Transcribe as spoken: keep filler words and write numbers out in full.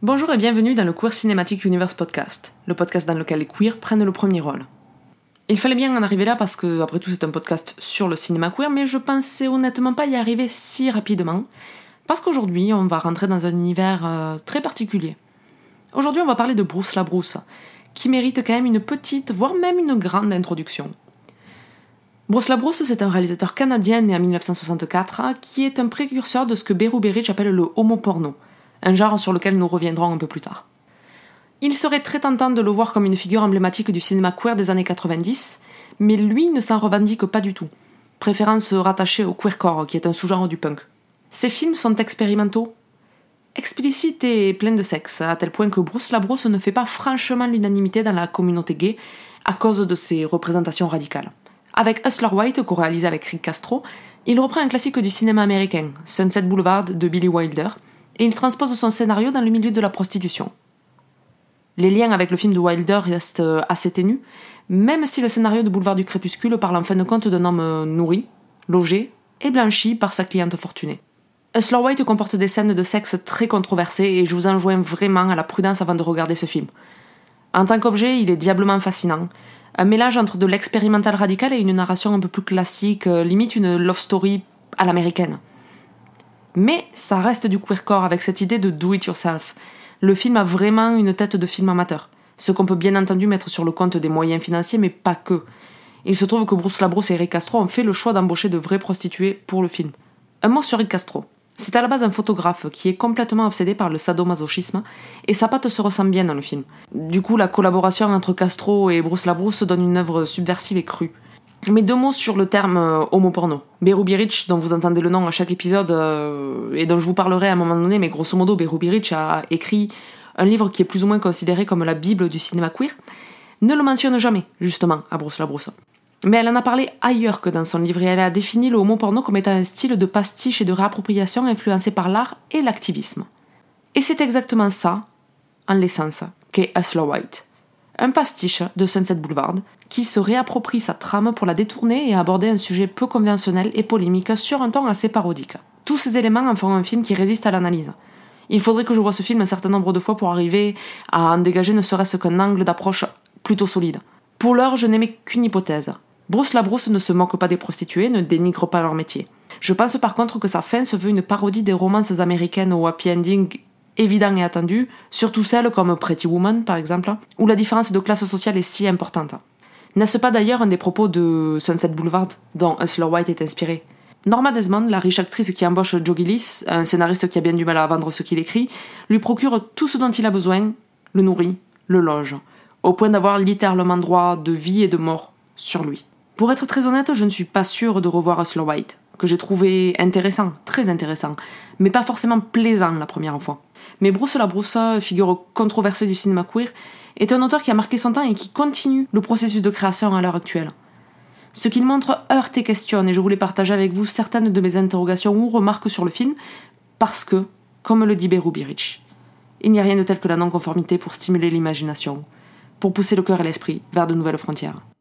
Bonjour et bienvenue dans le Queer Cinematic Universe podcast, le podcast dans lequel les queers prennent le premier rôle. Il fallait bien en arriver là parce que, après tout, c'est un podcast sur le cinéma queer, mais je pensais honnêtement pas y arriver si rapidement, parce qu'aujourd'hui, on va rentrer dans un univers euh, très particulier. Aujourd'hui, on va parler de Bruce LaBruce, qui mérite quand même une petite, voire même une grande introduction. Bruce LaBruce, c'est un réalisateur canadien né en dix-neuf cent soixante-quatre, qui est un précurseur de ce que Beru Berich appelle le homo-porno, un genre sur lequel nous reviendrons un peu plus tard. Il serait très tentant de le voir comme une figure emblématique du cinéma queer des années quatre-vingt-dix, mais lui ne s'en revendique pas du tout, préférant se rattacher au queercore, qui est un sous-genre du punk. Ses films sont expérimentaux, explicites et pleins de sexe, à tel point que Bruce LaBruce ne fait pas franchement l'unanimité dans la communauté gay à cause de ses représentations radicales. Avec Hustler White, co-réalisé avec Rick Castro, il reprend un classique du cinéma américain, Sunset Boulevard de Billy Wilder, et il transpose son scénario dans le milieu de la prostitution. Les liens avec le film de Wilder restent assez ténus, même si le scénario de Boulevard du Crépuscule parle en fin de compte d'un homme nourri, logé et blanchi par sa cliente fortunée. Hustler White comporte des scènes de sexe très controversées et je vous enjoins vraiment à la prudence avant de regarder ce film. En tant qu'objet, il est diablement fascinant. Un mélange entre de l'expérimental radical et une narration un peu plus classique, limite une love story à l'américaine. Mais ça reste du queercore avec cette idée de do it yourself. Le film a vraiment une tête de film amateur, ce qu'on peut bien entendu mettre sur le compte des moyens financiers, mais pas que. Il se trouve que Bruce LaBruce et Rick Castro ont fait le choix d'embaucher de vraies prostituées pour le film. Un mot sur Rick Castro. C'est à la base un photographe qui est complètement obsédé par le sadomasochisme, et sa patte se ressent bien dans le film. Du coup, la collaboration entre Castro et Bruce LaBruce donne une œuvre subversive et crue. Mais deux mots sur le terme euh, homo-porno. Beru Berich, dont vous entendez le nom à chaque épisode, euh, et dont je vous parlerai à un moment donné, mais grosso modo, Beru Berich a écrit un livre qui est plus ou moins considéré comme la bible du cinéma queer, ne le mentionne jamais, justement, à Bruce LaBruce. Mais elle en a parlé ailleurs que dans son livre, et elle a défini le homo-porno comme étant un style de pastiche et de réappropriation influencé par l'art et l'activisme. Et c'est exactement ça, en l'essence, qu'est Hustler White. Un pastiche de Sunset Boulevard, qui se réapproprie sa trame pour la détourner et aborder un sujet peu conventionnel et polémique sur un ton assez parodique. Tous ces éléments en font un film qui résiste à l'analyse. Il faudrait que je voie ce film un certain nombre de fois pour arriver à en dégager ne serait-ce qu'un angle d'approche plutôt solide. Pour l'heure, je n'émets qu'une hypothèse. Bruce LaBruce ne se moque pas des prostituées, ne dénigre pas leur métier. Je pense par contre que sa fin se veut une parodie des romances américaines au happy ending évident et attendu, surtout celles comme Pretty Woman par exemple, où la différence de classe sociale est si importante. N'est-ce pas d'ailleurs un des propos de Sunset Boulevard, dont Hustler White est inspiré ? Norma Desmond, la riche actrice qui embauche Joe Gillis, un scénariste qui a bien du mal à vendre ce qu'il écrit, lui procure tout ce dont il a besoin, le nourrit, le loge, au point d'avoir littéralement droit de vie et de mort sur lui. Pour être très honnête, je ne suis pas sûre de revoir Hustler White, que j'ai trouvé intéressant, très intéressant, mais pas forcément plaisant la première fois. Mais Bruce LaBruce, figure controversée du cinéma queer, est un auteur qui a marqué son temps et qui continue le processus de création à l'heure actuelle. Ce qu'il montre heurte et questionne, et je voulais partager avec vous certaines de mes interrogations ou remarques sur le film, parce que, comme le dit Beru Berich, il n'y a rien de tel que la non-conformité pour stimuler l'imagination, pour pousser le cœur et l'esprit vers de nouvelles frontières.